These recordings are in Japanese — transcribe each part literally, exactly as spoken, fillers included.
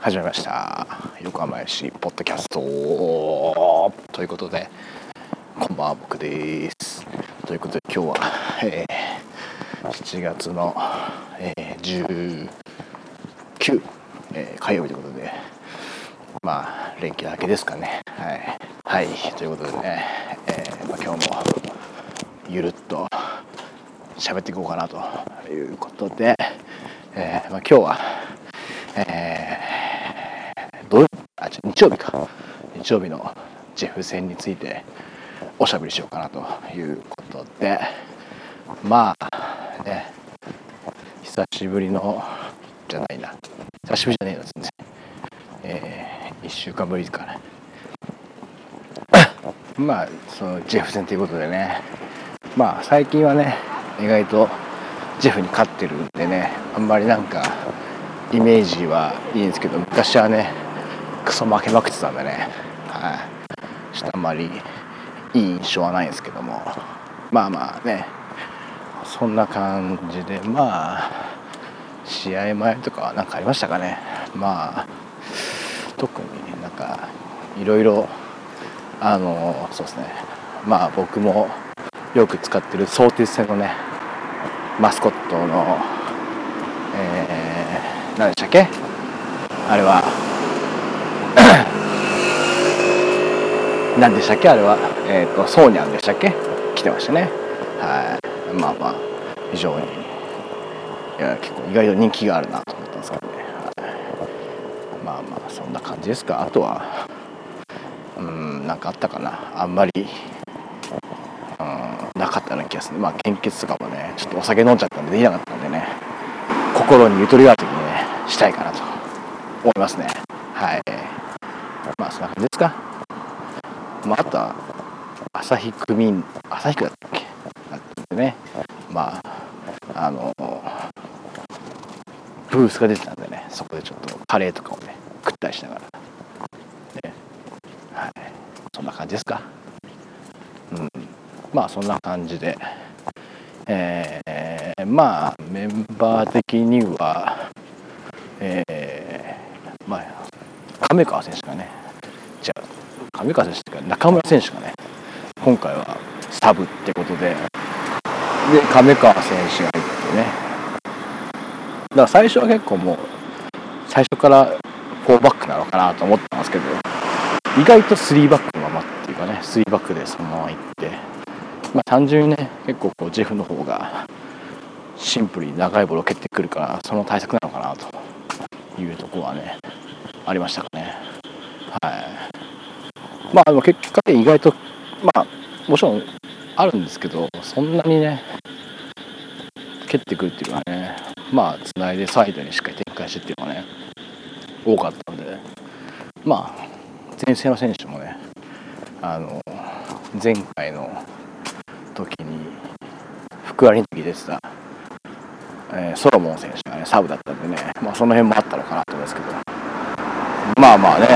始めました横浜市ポッドキャストということで、こんばんは、僕です。ということで今日は、えー、しちがつの、えー、じゅうくにち、えー、火曜日ということで、まあ連休明けですかね。はい、はい、ということでね、えーまあ、今日もゆるっと喋っていこうかなということで、えーまあ、今日は、えー、土曜あ日曜日か日曜日のジェフ戦についておしゃべりしようかなということで、まあね、久しぶりのじゃないな久しぶりじゃねえのですね、えー、いっしゅうかんぶりですかね。まあそのジェフ戦ということでね、まあ最近はね意外とジェフに勝ってるんでね、あんまりなんかイメージはいいんですけど、昔はねクソ負けまくってたんでね、はい、ちょっとあんまりいい印象はないんですけども、まあまあね、そんな感じで、まあ試合前とかは何かありましたかね。まあ特になんかいろいろあのそうですね、まあ僕もよく使ってる相鉄線のねマスコットの、えー、何でしたっけあれは何でしたっけあれは、えーと、ソーニャンでしたっけ来てましたね。はい、まあまあ非常にいや結構意外と人気があるなと思ったんですけどね、はい、まあまあそんな感じですか。あとはうーんなんかあったかな。あんまりうんなかったような気がする。まあ献血とかもねちょっとお酒飲んじゃったんでできなかったんでね、心にゆとりがある時にねしたいかなと思いますね。はい、まあそんな感じですか。まああとは朝日区民朝日区だったっけなんてね、まああのブースが出てたんでね、そこでちょっとカレーとかをね食ったりしながらね、はい、そんな感じですか。うん、まあそんな感じで、えー、まあメンバー的には、えー、まあ亀川選手がね、じゃあ亀川選手というか中村選手がね今回はサブってことで、で亀川選手が入ってね、だから最初は結構もう最初からフォーバックなのかなと思ってますけど、意外とスリーバックのままっていうかね、スリーバックでそのままいって、まあ単純にね結構こうジェフの方がシンプルに長いボールを蹴ってくるからその対策なのかなというところはねありましたかね。はい、まあでも結果で意外とまあもちろんあるんですけど、そんなにね蹴ってくるっていうかね、まあつないでサイドにしっかり展開してっていうのがね多かったので、まあ前線の選手もねあの前回の時に福割りの時出てた、えー、ソロモン選手がねサブだったんでね、まあその辺もあったのかなと思うんですけど、まあまあね、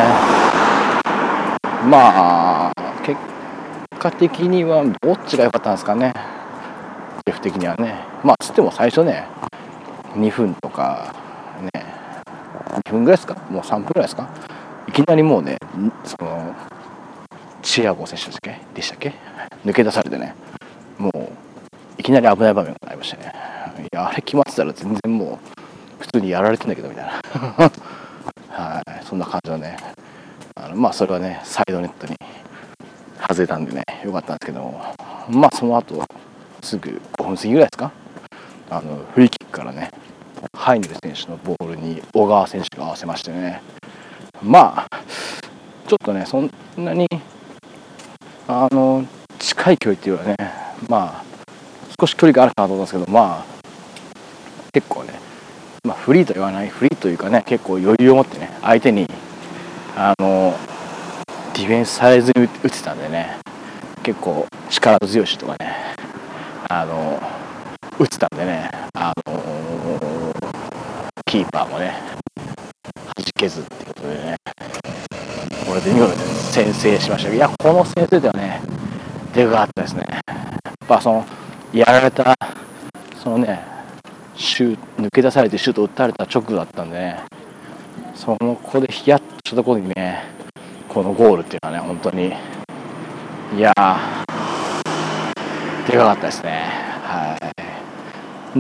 まあ結果的にはどっちが良かったんですかね、ジェフ的にはね。まあつっても最初ねにふんとかねにふんぐらいですか、もうさんぷんぐらいですか、いきなりもうねそのチアゴ選手でしたっけでしたっけ抜け出されてね、もういきなり危ない場面がありましたね。いやあれ決まってたら全然もう普通にやられてんだけどみたいなはい、そんな感じのね、あのまあそれはねサイドネットに外れたんでねよかったんですけども、まあその後すぐごふん過ぎぐらいですか、あのフリーキックからねハイネル選手のボールに小川選手が合わせましてね、まあちょっとねそんなにあの近い距離っていうのはね、まあ少し距離があるかなと思うんですけど、まあ結構ね、まあ、フリーと言わないフリーというかね結構余裕を持ってね相手にあのディフェンスされずに打ってたんでね、結構力強い人がねあの打ってたんでね、あのキーパーもね弾けずっていうことでね、これで見事に先制しましたけど、いやこの先制ではねでかかったですね。やっぱそのやられたそのねシュー抜け出されてシュート打たれた直後だったんでね、 そのここでヒヤッとしたところにね、このゴールっていうのはね、本当にいやーでかかったですね。はい。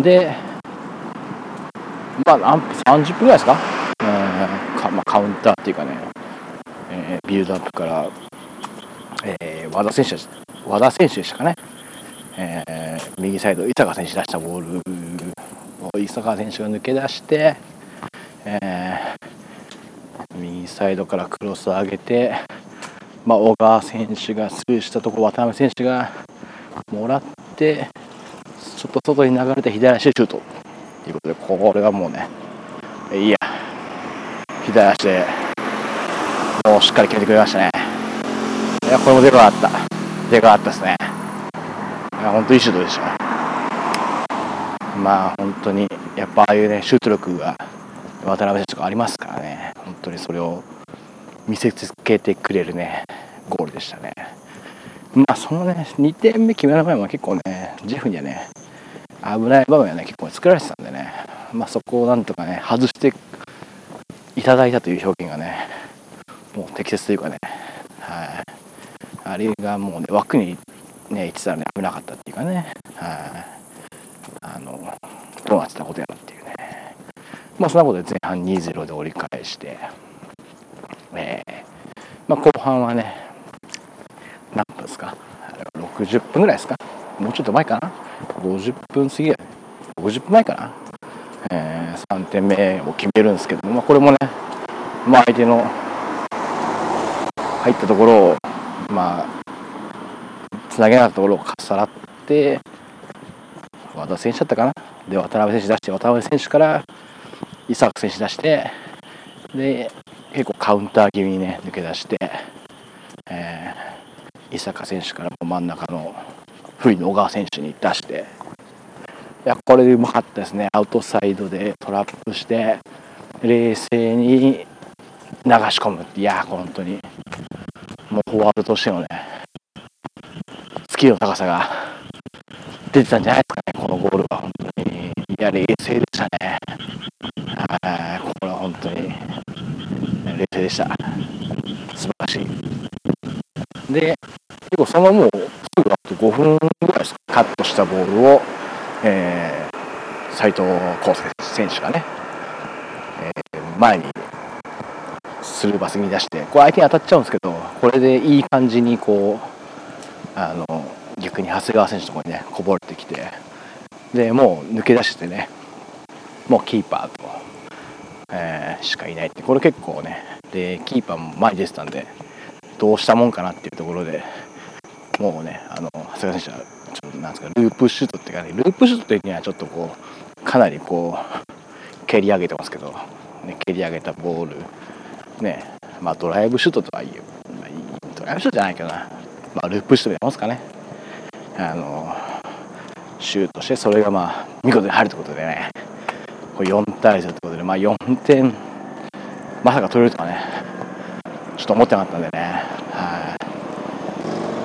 で、まあ何分さんじゅっぷんぐらいですか、えーかまあ、カウンターっていうかね、えービルドアップから、えー和田選手和田選手でしたかね、えー右サイド伊坂選手出したボールを伊坂選手が抜け出して、えー右サイドからクロスを上げて、まあ、小川選手がスルーしたところ渡辺選手がもらってちょっと外に流れて左足でシュートということで、これがもうね、いや左足でもうしっかり決めてくれましたね。いやこれもでかかったでかかったですね。いや本当にいいシュートでしたね。まあ本当にやっぱああいうねシュート力が渡辺選手がありますからね、本当にそれを見せつけてくれるねゴールでしたね。まあそのねにてんめ決める場面は結構ねジェフにはね危ない場面はね結構作られてたんでね、まあそこをなんとかね外していただいたという表現がねもう適切というかね、はい、あれがもうね枠にねいってたらね危なかったっていうかね、はい、あのどうなってたことやらっていうね、まあそんなことで前半 にたいゼロ で折り返して、えーまあ、後半はね何分ですか、ろくじゅっぷんぐらいですか、もうちょっと前かな、ごじゅっぷん過ぎぐらい、ごじゅっぷんまえかな、えー、さんてんめを決めるんですけども、まあ、これもね、まあ、相手の入ったところをまあつなげなかったところをかっさらって和田選手だったかな、で渡辺選手出して渡辺選手から伊坂選手出して、で結構カウンター気味にね抜け出して、えー、伊坂選手から真ん中の不利の小川選手に出して、いやこれでうまかったですね。アウトサイドでトラップして冷静に流し込むって、いや本当にもうフォワードとしてのねスキルの高さが出てたんじゃないですかね、このゴールは。本当にいや冷静でしたね。はい、これは本当に冷静でした。素晴らしい。で結構そのもうすぐあとごふんぐらいですか、カットしたボールを、えー、斉藤康介選手がね、えー、前にスルーパスに出してこれ相手に当たっちゃうんですけど、これでいい感じにこうあの逆に長谷川選手のところにねこぼれてきて、でもう抜け出してね、もうキーパーと、えー、しかいないって、これ結構ね、でキーパーも前に出てたんでどうしたもんかなっていうところで、もうねあの長谷川選手はちょっとなんですかループシュートっていうかね、ループシュートというにはちょっとこうかなりこう蹴り上げてますけど、ね、蹴り上げたボールね、まあドライブシュートとはいえ、まあ、ドライブシュートじゃないけどな、まあ、ループシュートでますかね、あのシュートしてそれがまあ見事に入るということでね、これよんたいゼロということで、まあよんてんまさか取れるとかねちょっと思ってなかったんでね、はい、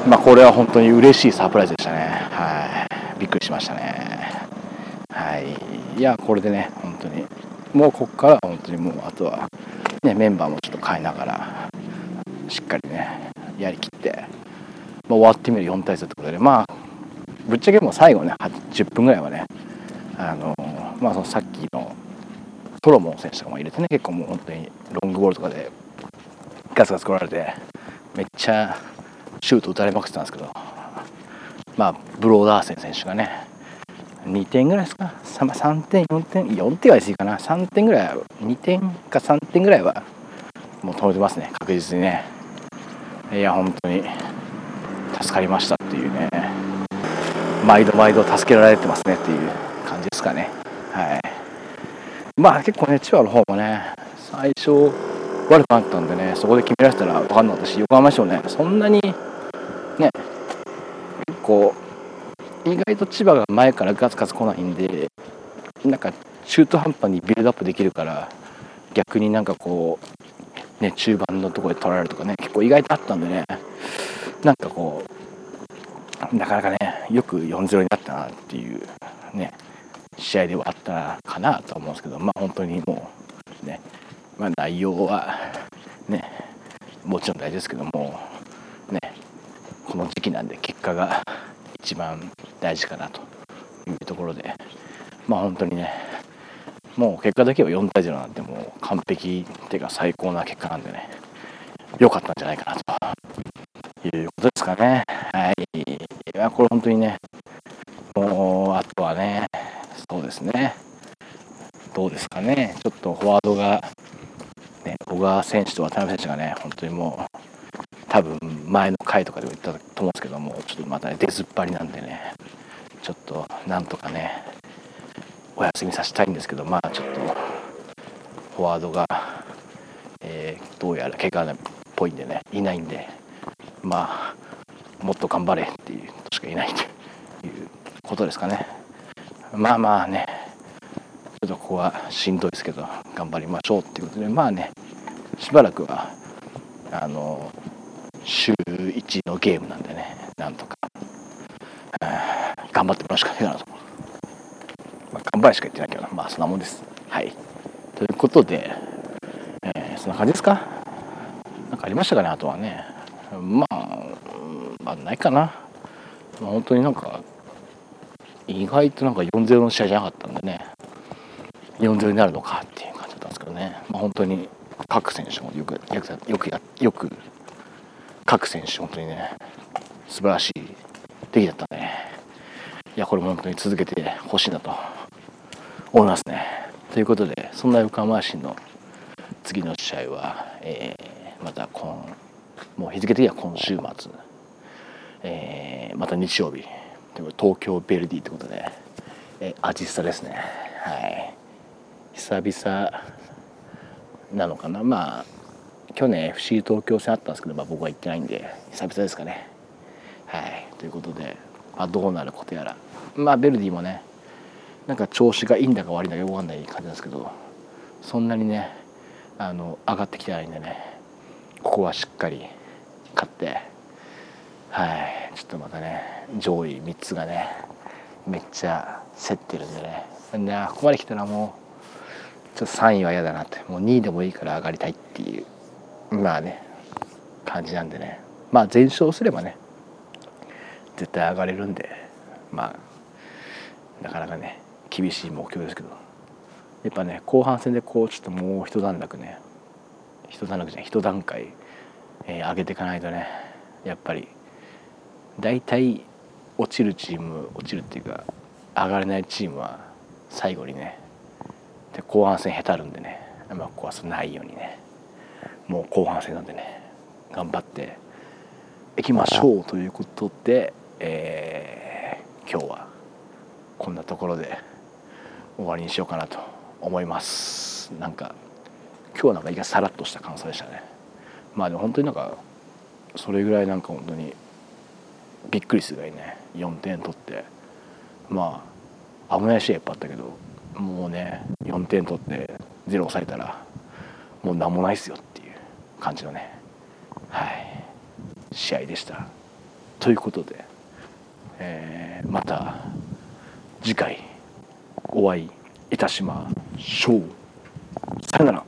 まあこれは本当に嬉しいサプライズでしたね。はい、びっくりしましたね。はい、いやこれでね本当にもうここからは本当にもうあとはねメンバーもちょっと変えながらしっかりねやりきって、まあ、終わってみるよんたいゼロということで、まあぶっちゃけもう最後ねじゅっぷんぐらいはねあのまあそのさっきのソロモン選手とかも入れてね、結構もう本当にロングボールとかでガツガツ来られてめっちゃシュート打たれまくってたんですけど、まあブローダーセン選手がねにてんぐらいですか、さんてんよんてんよんてんはですいかな、さんてんぐらいにてんかさんてんぐらいはもう止めてますね、確実にね。いや本当に助かりましたっていうね、毎度毎度助けられてますねっていう感じですかね。はい、まあ結構ね千葉の方もね最初悪くなったんでね、そこで決められてたら分かんなかったし、横浜市もねそんなにね結構意外と千葉が前からガツガツ来ないんで、なんか中途半端にビルドアップできるから逆になんかこうね中盤のところで取られるとかね結構意外とあったんでね、なんかこうなかなかねよく よんたいゼロ になったなっていうね試合ではあったかなと思うんですけど、まあ本当にもうねまあ、内容はねもちろん大事ですけどもね、この時期なんで結果が一番大事かなというところで、まあ本当にねもう結果だけはよんたいゼロなんてもう完璧っていうか最高な結果なんでね、良かったんじゃないかなということですかね。はい。いやこれ本当にね、もうあとはね、そうですね。どうですかね。ちょっとフォワードがね、小川選手と渡辺選手がね、本当にもう多分前の回とかでも言ったと思うんですけども、ちょっとまた、ね、出ずっぱりなんでね、ちょっとなんとかねお休みさせたいんですけど、まあちょっとフォワードが、えー、どうやら怪我っぽいんでねいないんで、まあもっと頑張れっていう人しかいないということですかね。まあまあねちょっとここはしんどいですけど頑張りましょうっていうことで、まあねしばらくはあの週いちのゲームなんでね、なんとか頑張ってもらうしかないかなと、まあ、頑張りしか言ってないけどな、まあそんなもんです。はいということで、えー、そんな感じですか。なんかありましたかね。あとはねまあ、まあ、ないかな、まあ、本当になんか意外となんかよんたいゼロの試合じゃなかったんでね、よんたいゼロになるのかっていう感じだったんですけどね、まあ、本当に各選手もよくよくよくやよく各選手本当にね素晴らしい出来だったね。いやこれも本当に続けてほしいなと思いますね。ということでそんな横浜市の次の試合は、えー、また今もう日付的には今週末、えー、また日曜日東京ヴェルディということで、えー、アジスタですね。はい久々なのかな。まあ去年 エフシー 東京戦あったんですけど、まあ、僕は行ってないんで久々ですかね。はいということで、まあ、どうなることやら、まあベルディもねなんか調子がいいんだか悪いんだかよくわかんない感じなんですけど、そんなにねあの上がってきてないんでね、ここはしっかり勝って、はいちょっとまたね上位みっつがねめっちゃ競ってるんでね、でここまで来たらもうちょっとさんいは嫌だなって、もうにいでもいいから上がりたいっていうまあね感じなんでね、まあ全勝すればね絶対上がれるんで、まあなかなかね厳しい目標ですけど、やっぱね後半戦でこうちょっともう一段落ね一段落じゃない一段階、えー、上げていかないとね、やっぱり大体落ちるチーム落ちるっていうか上がれないチームは最後にねで後半戦へたるんでね、まあここはそうないようにねもう後半戦なんでね頑張っていきましょうということで、えー、今日はこんなところで終わりにしようかなと思います。なんか今日はなんか意外とさらっとした感想でしたね。まあでも本当になんかそれぐらいなんか本当にびっくりするぐらいねよんてん取って、まあ危ない試合いっぱいあったけどもうねよんてん取ってゼロ抑えたらもう何もないっすよっていう感じのね、はい試合でした。ということで、えー、また次回お会いいたしましょう。さよなら。